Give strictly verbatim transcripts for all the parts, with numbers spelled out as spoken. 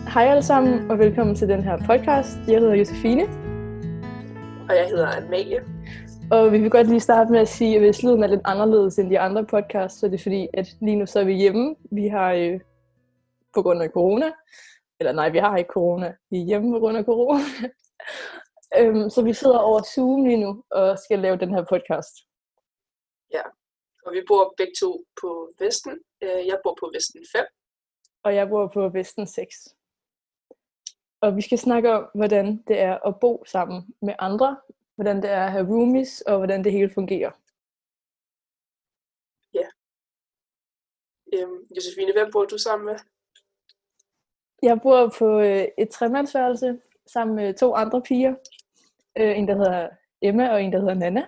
Hej alle sammen, og velkommen til den her podcast. Jeg hedder Josefine. Og jeg hedder Amalie. Og vi vil godt lige starte med at sige, at hvis lyden er lidt anderledes end de andre podcasts, så er det fordi, at lige nu så er vi hjemme. Vi har øh, på grund af corona, eller nej, vi har ikke corona, vi er hjemme på grund af corona. øhm, så vi sidder over Zoom lige nu og skal lave den her podcast. Ja, og vi bor begge to på Vesten. Jeg bor på Vesten fem. Og jeg bor på Vesten seks. Og vi skal snakke om, hvordan det er at bo sammen med andre, hvordan det er at have roomies, og hvordan det hele fungerer. Ja. Øhm, Josefine, hvem bor du sammen med? Jeg bor på øh, et tremandsværelse sammen med to andre piger. Øh, en, der hedder Emma, og en, der hedder Nana.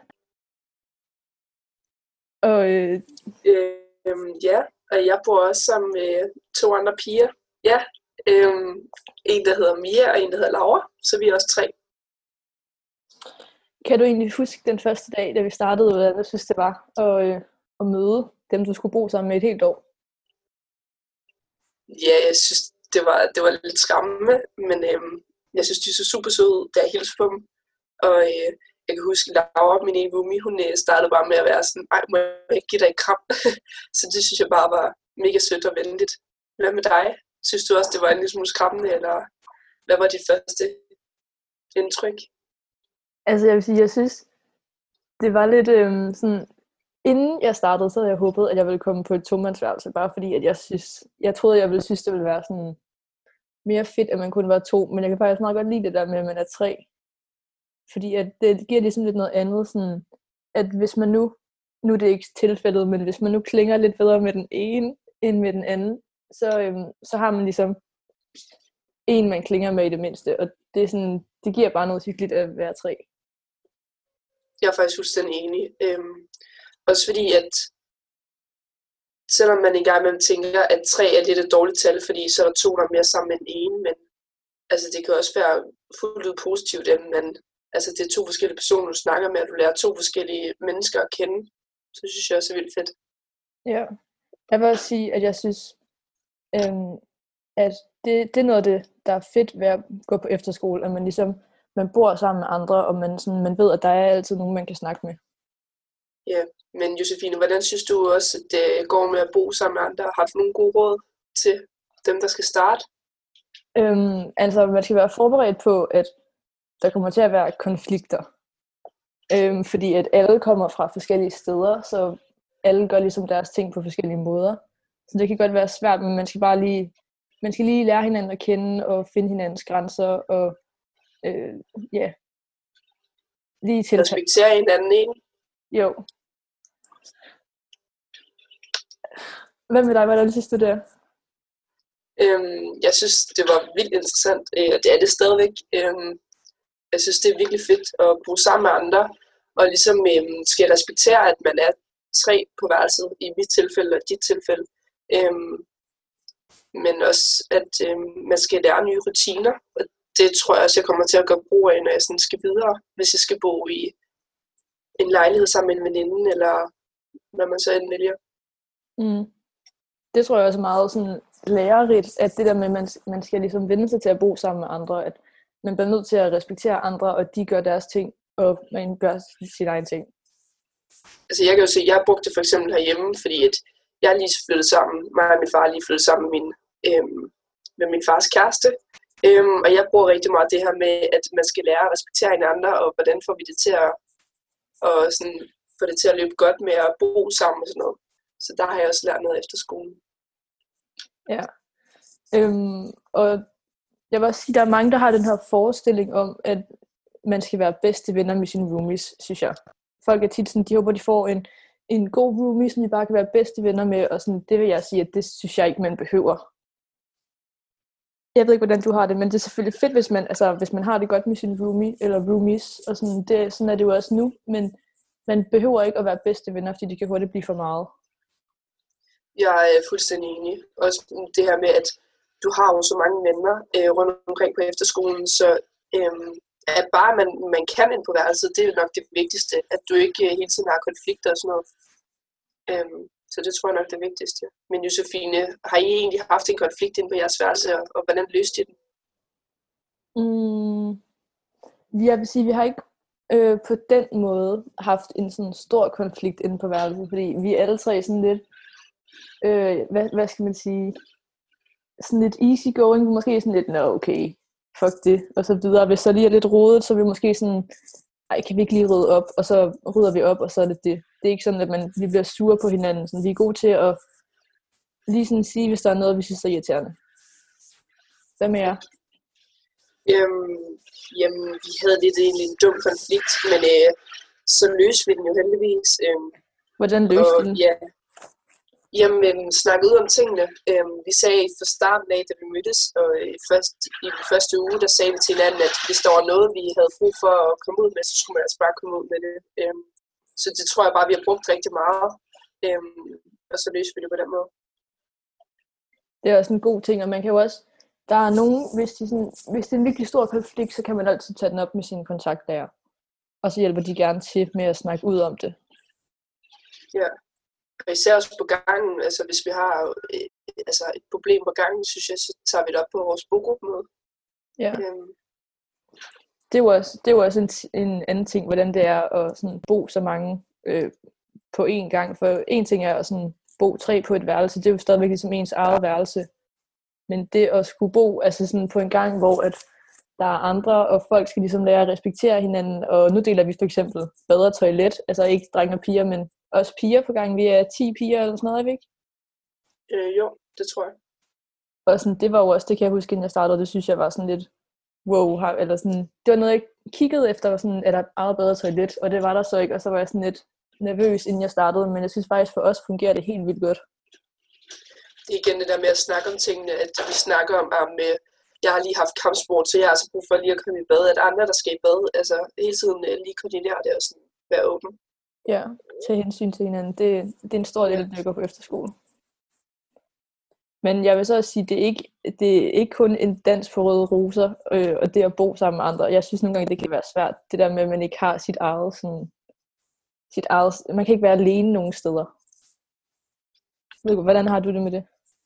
Og, øh, øhm, ja, og jeg bor også sammen med to andre piger. Ja, øhm, en, der hedder Mia, og en, der hedder Laura. Så vi er også tre. Kan du egentlig huske den første dag, da vi startede, hvordan du synes, det var at, øh, at møde dem, du skulle bo sammen med et helt år? Ja, jeg synes, det var, det var lidt skræmmende, men øhm, jeg synes, de så super søde ud, da jeg hilste på dem. Og øh, jeg kan huske, Laura, min ene roomie, hun øh, startede bare med at være sådan, ej, må jeg ikke give dig et kram? Så det synes jeg bare var mega sødt og venligt. Hvad med dig? Synes du også, det var en lille smule skræmmende, eller hvad var dit første indtryk? Altså jeg vil sige, jeg synes, det var lidt øhm, sådan, inden jeg startede, så havde jeg håbet, at jeg ville komme på et tomandsværelse, bare fordi, at jeg synes, jeg troede, jeg ville synes, det ville være sådan mere fedt, at man kunne være to, men jeg kan faktisk meget godt lide det der med, at man er tre. Fordi at det giver ligesom lidt noget andet, sådan, at hvis man nu, nu er det ikke tilfældet, men hvis man nu klinger lidt bedre med den ene, end med den anden, så, øhm, så har man ligesom en, man klinger med i det mindste, og det, er sådan, det giver bare noget hyggeligt at være tre. Jeg er faktisk fuldstændig enig. Øhm, også fordi, at selvom man engang imellem tænker, at tre er lidt et dårligt tal, fordi så er der to, der er mere sammen med den ene, men altså, det kan også være fuldt ud positivt, at man, altså, det er to forskellige personer, du snakker med, og du lærer to forskellige mennesker at kende. Så synes jeg også er vildt fedt. Ja, jeg vil også sige, at jeg synes, øhm, at det, det er noget af det, der er fedt ved at gå på efterskole, at man ligesom man bor sammen med andre, og man, sådan, man ved, at der er altid nogen, man kan snakke med. Ja, men Josefine, hvordan synes du også, at det går med at bo sammen med andre? Har du nogle gode råd til dem, der skal starte? Øhm, altså, man skal være forberedt på, at der kommer til at være konflikter. Øhm, fordi at alle kommer fra forskellige steder, så alle gør ligesom deres ting på forskellige måder. Så det kan godt være svært, men man skal bare lige, man skal lige lære hinanden at kende, og finde hinandens grænser, og øh, ja, yeah. lige til. Respektere hinanden, ikke? Jo. Hvad med dig? Hvordan synes du det? Øhm, jeg synes, det var vildt interessant, øh, og det er det stadigvæk. Øhm, jeg synes, det er virkelig fedt at bo sammen med andre, og ligesom øhm, skal respektere, at man er tre på værelset, i mit tilfælde og dit tilfælde. Øhm, men også, at øhm, man skal lære nye rutiner, og det tror jeg også, jeg kommer til at gøre brug af, når jeg sådan skal videre, hvis jeg skal bo i en lejlighed sammen med en veninde, eller hvad man så end vælger. Mm. Det tror jeg også er meget sådan lærerigt, at det der med, at man, man skal ligesom vende sig til at bo sammen med andre, at man bliver nødt til at respektere andre, og de gør deres ting, og man gør sin egen ting. Altså jeg kan jo se, jeg brugte det for eksempel herhjemme, fordi at jeg er lige flyttet sammen, mig og min far er lige flyttet sammen med min, øhm, med min fars kæreste, øhm, og jeg bruger rigtig meget det her med, at man skal lære at respektere hinanden, og hvordan får vi det til at, og sådan, få det til at løbe godt med at bo sammen og sådan noget. Så der har jeg også lært noget efter skolen. Ja. Øhm, og jeg vil også sige, at der er mange, der har den her forestilling om, at man skal være bedste venner med sine roomies, synes jeg. Folk er tit sådan, de håber, de får en, en god roomie, som de bare kan være bedste venner med, og sådan, det vil jeg sige, at det synes jeg ikke, man behøver. Jeg ved ikke, hvordan du har det, men det er selvfølgelig fedt, hvis man, altså, hvis man har det godt med sin roomie, eller roomies, og sådan, det, sådan er det jo også nu, men man behøver ikke at være bedste venner, fordi det kan hurtigt blive for meget. Jeg er fuldstændig enig. Også det her med, at du har jo så mange venner øh, rundt omkring på efterskolen, så øh, at bare man, man kan ind på værelset, det er nok det vigtigste, at du ikke øh, hele tiden har konflikter og sådan noget. Øh, Så det tror jeg nok det vigtigste. Men Josefine, har I egentlig haft en konflikt inde på jeres værelse, og, og hvordan løste I den? Mm, jeg vil sige, vi har ikke øh, på den måde haft en sådan stor konflikt inde på værelset, fordi vi er alle tre sådan lidt, øh, hvad, hvad skal man sige, sådan lidt easy going, måske sådan lidt, nå okay, fuck det, og så videre. Hvis der lige er lidt rodet, så er vi måske sådan, ej, kan vi ikke lige rydde op, og så rydder vi op, og så er det det. Det er ikke sådan, at man, vi bliver sure på hinanden. Sådan, vi er gode til at lige sådan sige, hvis der er noget, vi synes er irriterende. Hvad med jer? Øhm, jamen, vi havde lidt egentlig en dum konflikt, men øh, så løste vi den jo heldigvis. Øhm, Hvordan løste og, den? Ja, jamen, snakkede ud om tingene. Øhm, vi sagde fra starten af, da vi mødtes, og i, først, i den første uge, der sagde vi til hinanden, at hvis der var noget, vi havde brug for at komme ud med, så skulle man altså bare komme ud med det. Øhm, så det tror jeg bare, vi har brugt rigtig meget, øhm, og så løste vi det på den måde. Det er også en god ting, og man kan jo også, der er nogen, hvis, de sådan, hvis det er en virkelig stor konflikt, så kan man altid tage den op med sine kontaktlærer, og så hjælper de gerne til med at snakke ud om det. Ja, og især også på gangen, altså hvis vi har øh, altså et problem på gangen, synes jeg, så tager vi det op på vores boggruppemøde. Ja. Øhm. Det er jo også, det er jo også en, en anden ting, hvordan det er at sådan bo så mange øh, på én gang. For en ting er at sådan bo tre på et værelse, det er jo stadigvæk ligesom ens eget værelse. Men det at skulle bo altså sådan på en gang, hvor at der er andre, og folk skal ligesom lære at respektere hinanden. Og nu deler vi for eksempel bad og toilet, altså ikke drenge og piger, men også piger på gang. Vi er ti piger eller sådan noget, er vi ikke? Øh, jo, det tror jeg. Og sådan, det var jo også, det kan jeg huske, inden jeg startede, det synes jeg var sådan lidt, wow, har, eller sådan, det var noget, jeg kiggede efter, sådan, er der eget bedre toilet, og det var der så ikke, og så var jeg sådan lidt nervøs, inden jeg startede, men jeg synes faktisk, for os fungerer det helt vildt godt. Det er igen det der med at snakke om tingene, at vi snakker om, at med, jeg har lige haft kampsport, så jeg har altså brug for lige at komme i bad, at andre, der skal i bad, altså hele tiden lige koordinere det og sådan være åben. Ja, tage hensyn til hinanden, det, det er en stor del, ja. Der går på efterskole. Men jeg vil så også sige, det er ikke, det er ikke kun en dans på røde roser, øh, og det at bo sammen med andre. Jeg synes nogle gange, det kan være svært, det der med, at man ikke har sit eget, sådan, sit eget, man kan ikke være alene nogen steder. Hvordan har du det med det?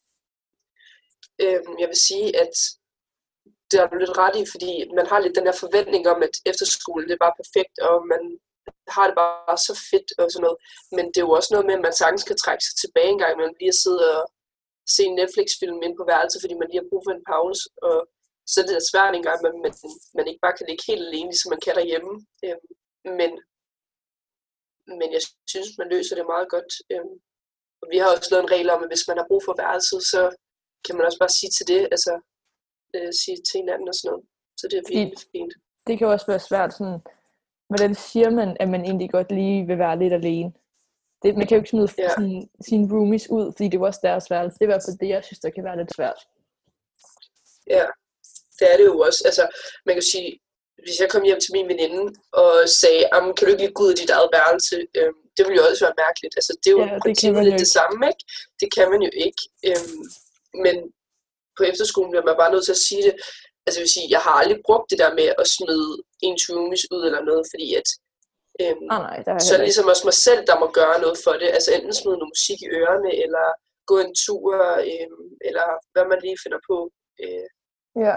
Øhm, jeg vil sige, at det er lidt ret i, fordi man har lidt den der forventning om, at efterskolen det er bare perfekt, og man har det bare så fedt og sådan noget. Men det er jo også noget med, at man sagtens kan trække sig tilbage en gang, man lige sidder og se en Netflix-film ind på værelset, fordi man lige har brug for en pause, og så er det da svært en gang, at man, man ikke bare kan ligge helt alene, ligesom man kan derhjemme. Øhm, men, men jeg synes, man løser det meget godt. Øhm, og vi har også lavet en regel om, at hvis man har brug for værelset, så kan man også bare sige til det, altså øh, sige til hinanden og sådan noget. Så det er virkelig fint. Det kan jo også være svært, sådan, hvordan siger man, at man egentlig godt lige vil være lidt alene? Det, man kan jo ikke smide ja. sin, sine roomies ud, fordi det var også deres værelse. Det er i hvert fald det, jeg synes, der kan være lidt svært. Ja, det er det jo også. Altså, man kan sige, hvis jeg kom hjem til min veninde og sagde, kan du ikke lige gå ud af dit eget værelse? Øhm, det ville jo også være mærkeligt. Altså, det er jo ja, princippet lidt det samme, ikke? Det kan man jo ikke. Øhm, men på efterskolen bliver man bare nødt til at sige det. Altså, jeg vil sige, jeg har aldrig brugt det der med at smide ens roomies ud eller noget, fordi at Øhm, ah, nej, så er det ligesom også mig selv, der må gøre noget for det. Altså enten smide noget musik i ørerne, eller gå en tur, øhm, eller hvad man lige finder på. Øh. Ja.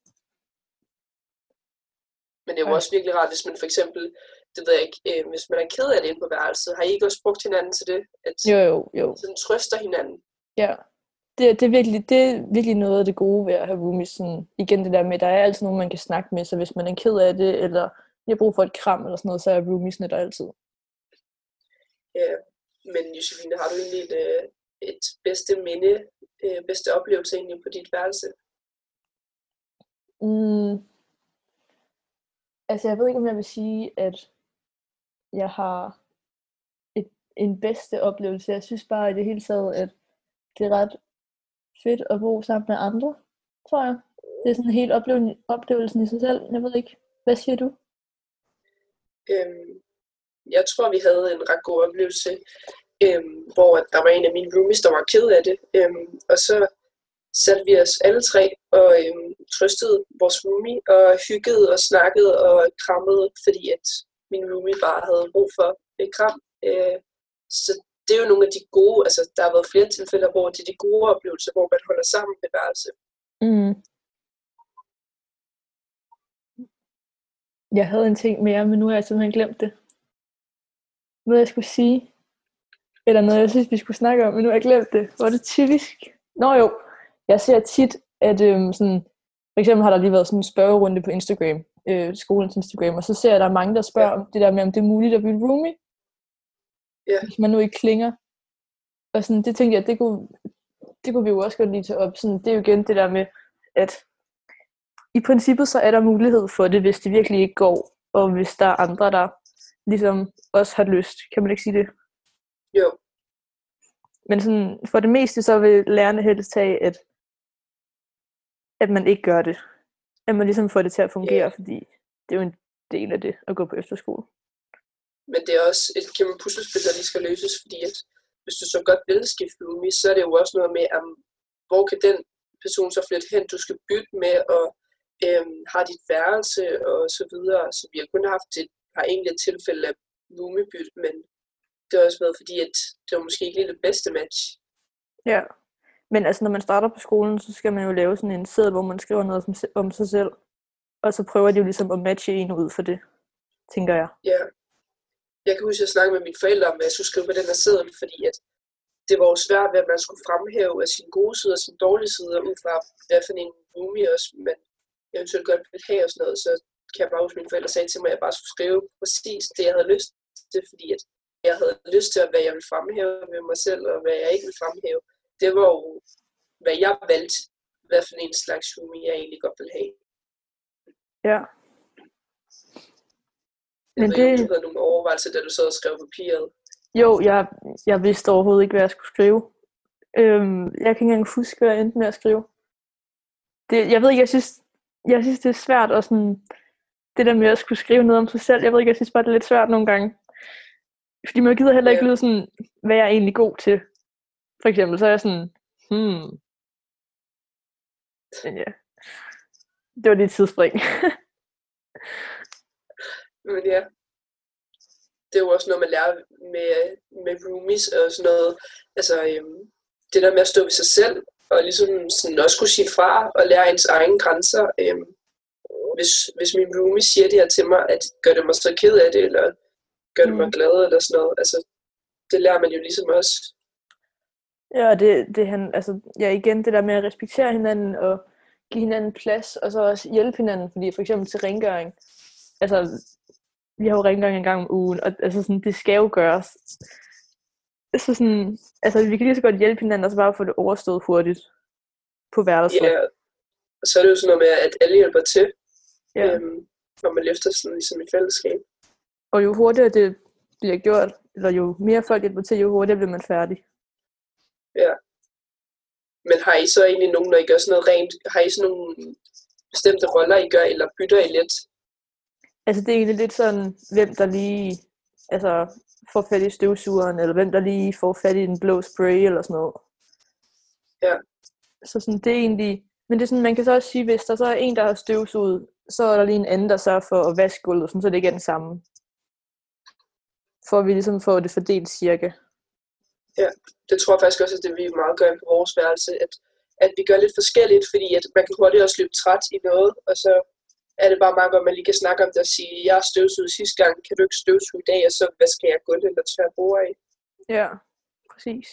Men det er jo også virkelig rart, hvis man for eksempel, det ved jeg ikke, øh, hvis man er ked af det inde på værelset, har I ikke også brugt hinanden til det? At jo, jo, jo. Sådan trøster hinanden. Ja. Det, det, er virkelig, det er virkelig noget af det gode ved at have roomies. Sådan, igen det der med, der er altid nogen, man kan snakke med, så hvis man er ked af det, eller jeg har brug for et kram eller sådan noget, så er roomiesne der altid. Ja, men Josefine, har du egentlig et, et bedste minde, bedste oplevelse egentlig på dit værelse? Mm. Altså jeg ved ikke, om jeg vil sige, at jeg har et, en bedste oplevelse. Jeg synes bare i det hele taget, at det er ret fedt at bo sammen med andre, tror jeg. Det er sådan en helt oplevelsen, oplevelsen i sig selv. Jeg ved ikke. Hvad siger du? Øhm, jeg tror, vi havde en ret god oplevelse, øhm, hvor der var en af mine roomies, der var ked af det. Øhm, og så satte vi os alle tre og øhm, trøstede vores roomie og hyggede og snakkede og krammede, fordi at min roomie bare havde brug for et kram. Øh, så det er jo nogle af de gode, altså der har været flere tilfælde, hvor det er de gode oplevelser, hvor man holder sammen med værelse. Mm. Jeg havde en ting mere, men nu har jeg simpelthen glemt det. Noget jeg skulle sige, eller noget jeg synes vi skulle snakke om, men nu har jeg glemt det. Hvor er det typisk? Nå jo, jeg ser tit, at øhm, sådan, for eksempel har der lige været sådan en spørgerunde på Instagram, øh, skolens Instagram, og så ser jeg, at der er mange, der spørger ja. om det der med, om det er muligt at blive roomie, ja. hvis man nu ikke klinger. Og sådan, det tænkte jeg, det kunne, det kunne vi jo også godt lige tage op. Sådan, det er jo igen det der med, at i princippet så er der mulighed for det, hvis det virkelig ikke går, og hvis der er andre, der ligesom også har lyst. Kan man ikke sige det? Jo. Men sådan, for det meste så vil lærerne helst tage, at, at man ikke gør det. At man ligesom får det til at fungere, yeah. fordi det er jo en del af det at gå på efterskole. Men det er også et kæmpe puslespil, der lige skal løses, fordi at hvis du så godt vil skifte roomie, så er det jo også noget med, um, hvor kan den person så flytte hen, du skal bytte med, og øhm, har dit værelse, og så videre. Så vi har kun haft et par enkelte tilfælde af roomiebytte, men det har også været fordi, at det var måske ikke lige det bedste match. Ja, men altså når man starter på skolen, så skal man jo lave sådan en seddel, hvor man skriver noget om sig selv, og så prøver de jo ligesom at matche en ud for det, tænker jeg. Ja. Jeg kan huske, at jeg snakkede med mine forældre om, at jeg skulle skrive på den her seddel, fordi at det var jo svært ved, at man skulle fremhæve af sine gode sider og sine dårlige sider, ud fra hvad for en roomie også, man eventuelt godt ville have og sådan noget. Så kan jeg bare huske, at mine forældre sagde til mig, at jeg bare skulle skrive præcis det, jeg havde lyst til, fordi at jeg havde lyst til, hvad jeg ville fremhæve med mig selv, og hvad jeg ikke ville fremhæve. Det var jo, hvad jeg valgte, hvad for en slags roomie jeg egentlig godt ville have. Ja. Men det... Ikke, du havde nogle overvejelser, da du sad og skrev papiret. Jo, jeg, jeg vidste overhovedet ikke, hvad jeg skulle skrive. Øhm, jeg kan ikke engang huske, hvad jeg endte med at skrive. Det, jeg ved ikke, jeg synes, jeg synes, det er svært at sådan, det der med at skulle skrive noget om sig selv. Jeg ved ikke, jeg synes bare, det er lidt svært nogle gange. Fordi man gider heller ikke ja. lyde sådan, hvad jeg er egentlig god til. For eksempel, så er jeg sådan, hmm. Men ja, det var lige et tidsspring. Men ja, det er jo også noget, man lærer med, med roomies og sådan noget. Altså, øhm, det der med at stå ved sig selv, og ligesom sådan også kunne sige fra, og lære ens egne grænser. Øhm, hvis, hvis min roomie siger det her til mig, at gør det mig så ked af det, eller gør det mig mm. glad, eller sådan noget. Altså, det lærer man jo ligesom også. Ja, det, det han, altså, ja, igen det der med at respektere hinanden, og give hinanden plads, og så også hjælpe hinanden, fordi for eksempel til rengøring, altså, vi har jo rengøring en gang om ugen, og altså sådan, det skal jo gøres. Så sådan, altså vi kan lige så godt hjælpe hinanden, og så bare få det overstået hurtigt på værelset. Ja, og så er det jo sådan noget med, at alle hjælper til, ja. øhm, når man løfter sådan ligesom i fællesskab. Og jo hurtigere det bliver gjort, eller jo mere folk hjælper til, jo hurtigere bliver man færdig. Ja. Men har I så egentlig nogen, når I gør sådan noget rent, har I sådan nogle bestemte roller, I gør, eller bytter I lidt? Altså det er egentlig lidt sådan, hvem der lige altså, får fat i støvsugeren, eller hvem der lige får fat i den blå spray, eller sådan noget. Ja. Så sådan, det er egentlig, men det er sådan, man kan så også sige, hvis der så er en, der har støvsuget, så er der lige en anden, der sørger for at vaske gulvet, så det ikke er den samme. For at vi ligesom får det fordelt cirka. Ja, det tror jeg faktisk også, at det vi meget gør på vores værelse, at, at vi gør lidt forskelligt, fordi at man kan hurtigt også løbe træt i noget, og så er det bare meget godt, at man lige kan snakke om det og sige, jeg har støvsuget sidste gang, kan du ikke støvsuge i dag, og så hvad skal jeg gulvet eller tørre bord af? Ja, præcis.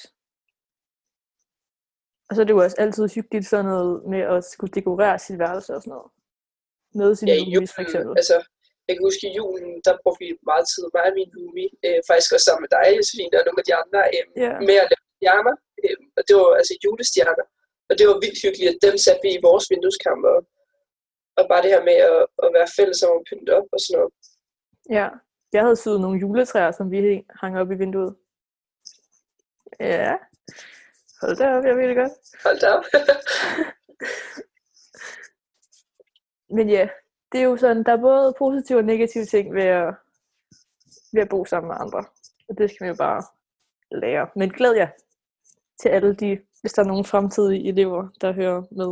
Og så er det jo også altid hyggeligt sådan noget med at skulle dekorere sit værelse og sådan noget. Med sin ja, roomie for eksempel. Altså, jeg kan huske i julen, der brugte vi meget tid, mig og min roomie, øh, faktisk også sammen med dig, Josefine, og nogle af de andre, øh, yeah. med at lave stjerner. Øh, og det var altså julestjerner. Og det var vildt hyggeligt, at dem satte vi i vores vindueskamp, og, og bare det her med at, at være fælles om at pynte op og sådan noget. Ja, jeg havde syet nogle juletræer, som vi hang op i vinduet. Ja, hold da op, jeg ved det godt. Hold da op. Men ja, det er jo sådan, der er både positive og negative ting ved at, ved at bo sammen med andre. Og det skal man jo bare lære. Men glæd jer til alle de, hvis der er nogle fremtidige elever, der hører med.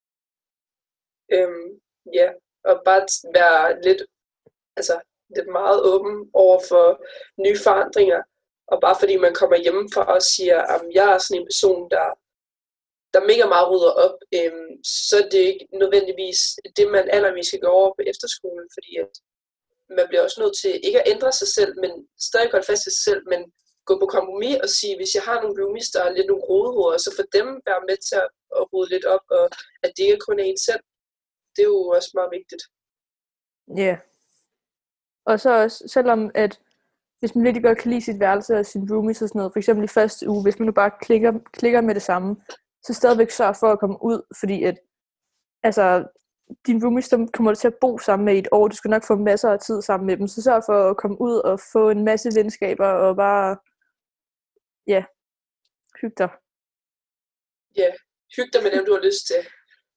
Øhm, ja, og bare være lidt, altså lidt meget åben over for nye forandringer. Og bare fordi man kommer hjemmefra og siger, at jeg er sådan en person, der, der mega meget rydder op, øhm, så er det ikke nødvendigvis det, man allermest skal gå over på efterskolen, fordi at man bliver også nødt til ikke at ændre sig selv, men stadig holde fast i sig selv, men gå på kompromis og sige, hvis jeg har nogle roomies, der er lidt nogle rodehoveder, så for dem være med til at, at rydde lidt op, og at det ikke kun er en selv. Det er jo også meget vigtigt. Ja. Yeah. Og så også, selvom at hvis man virkelig godt kan lide sit værelse og sin roomies og sådan noget, for eksempel i første uge, hvis man nu bare klikker, klikker med det samme, så stadigvæk sørg for at komme ud, fordi at, altså, dine roomies, dem kommer du til at bo sammen med i et år, du skal nok få masser af tid sammen med dem, så sørg for at komme ud og få en masse venskaber og bare, ja, hygge dig. Ja, hygge dig med dem, du har lyst til.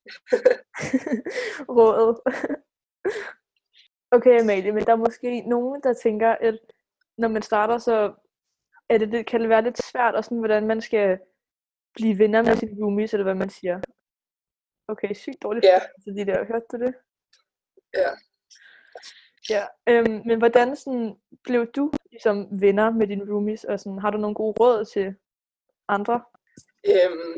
Rådet. Okay, Amalie, men der er måske nogen, der tænker, at når man starter, så er det, det, kan det være lidt svært, og sådan, hvordan man skal blive venner med sine roomies, eller hvad man siger. Okay, sygt dårligt Ja. for de der. Hørte du det? Ja. Ja, øhm, men hvordan sådan, blev du ligesom venner med dine roomies, og sådan, har du nogle gode råd til andre? Øhm,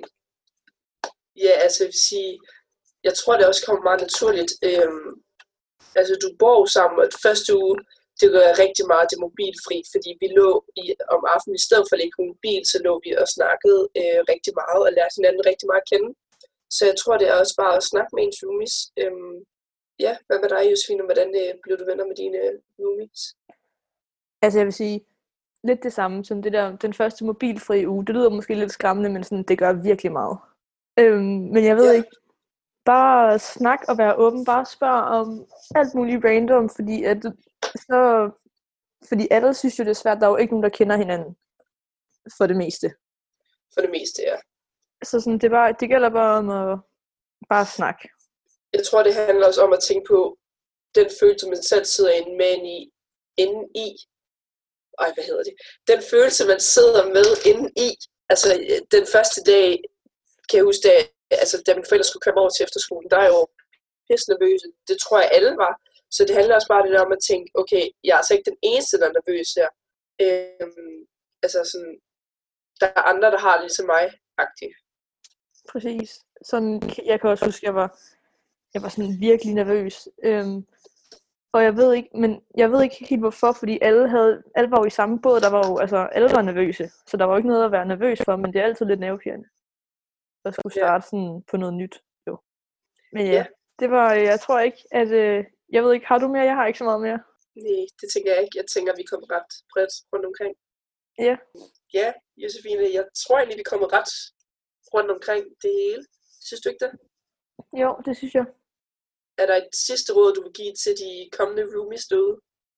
ja, altså jeg vil sige, jeg tror det også kommer meget naturligt. Øhm, altså du bor sammen, og det første uge, det var rigtig meget det mobilfri, fordi vi lå i, om aftenen, i stedet for at ligge på mobil, så lå vi og snakkede øh, rigtig meget, og lærte hinanden rigtig meget at kende. Så jeg tror, det er også bare at snakke med ens roomies. Øhm, ja, hvad med dig, Josefine? Hvordan øh, blev du venner med dine roomies? Altså jeg vil sige, lidt det samme som det der, den første mobilfri uge. Det lyder måske lidt skræmmende, men sådan, det gør virkelig meget. Øhm, men jeg ved Ja. ikke, bare snak og være åben, bare spørg om alt muligt random, fordi at så, fordi alle synes jo det er svært, der er jo ikke nogen, der kender hinanden, for det meste. For det meste, ja. Så sådan, det, er bare, det gælder bare om at bare snakke. Jeg tror, det handler også om at tænke på den følelse, man selv sidder inde med inde i, inde i. Ej, hvad hedder det? Den følelse, man sidder med inde i. Altså, den første dag, kan jeg huske, da, altså, da mine forældre skulle komme over til efterskolen, der er jo pisse nervøse. Det tror jeg, alle var. Så det handler også bare det der om at tænke, okay, jeg er altså ikke den eneste, der er nervøs her. Øhm, altså sådan, der er andre, der har det ligesom mig, aktivt. Præcis. Sådan, jeg kan også huske, jeg var, jeg var sådan virkelig nervøs. Øhm, og jeg ved ikke, men jeg ved ikke helt hvorfor, fordi alle havde, alle var jo i samme båd, der var jo, altså alle var nervøse. Så der var jo ikke noget at være nervøs for, men det er altid lidt nervepirrende at skulle starte sådan på noget nyt. Jo. Men ja, Ja. det var, jeg tror ikke, at, øh, jeg ved ikke, har du mere? Jeg har ikke så meget mere. Nej, det tænker jeg ikke. Jeg tænker, vi kommer ret bredt rundt omkring. Ja. Ja, Josefine, jeg tror egentlig, vi kommer ret rundt omkring det hele. Synes du ikke det? Jo, det synes jeg. Er der et sidste råd, du vil give til de kommende roomies derude?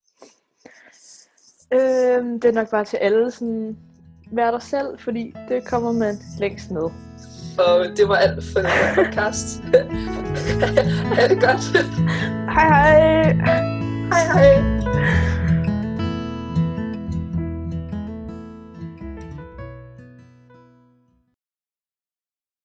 Øhm, det er nok bare til alle, sådan, vær dig selv, fordi det kommer man længst med. Og det var alt for den her podcast. Ha' det godt. Hej hej! Hej hej!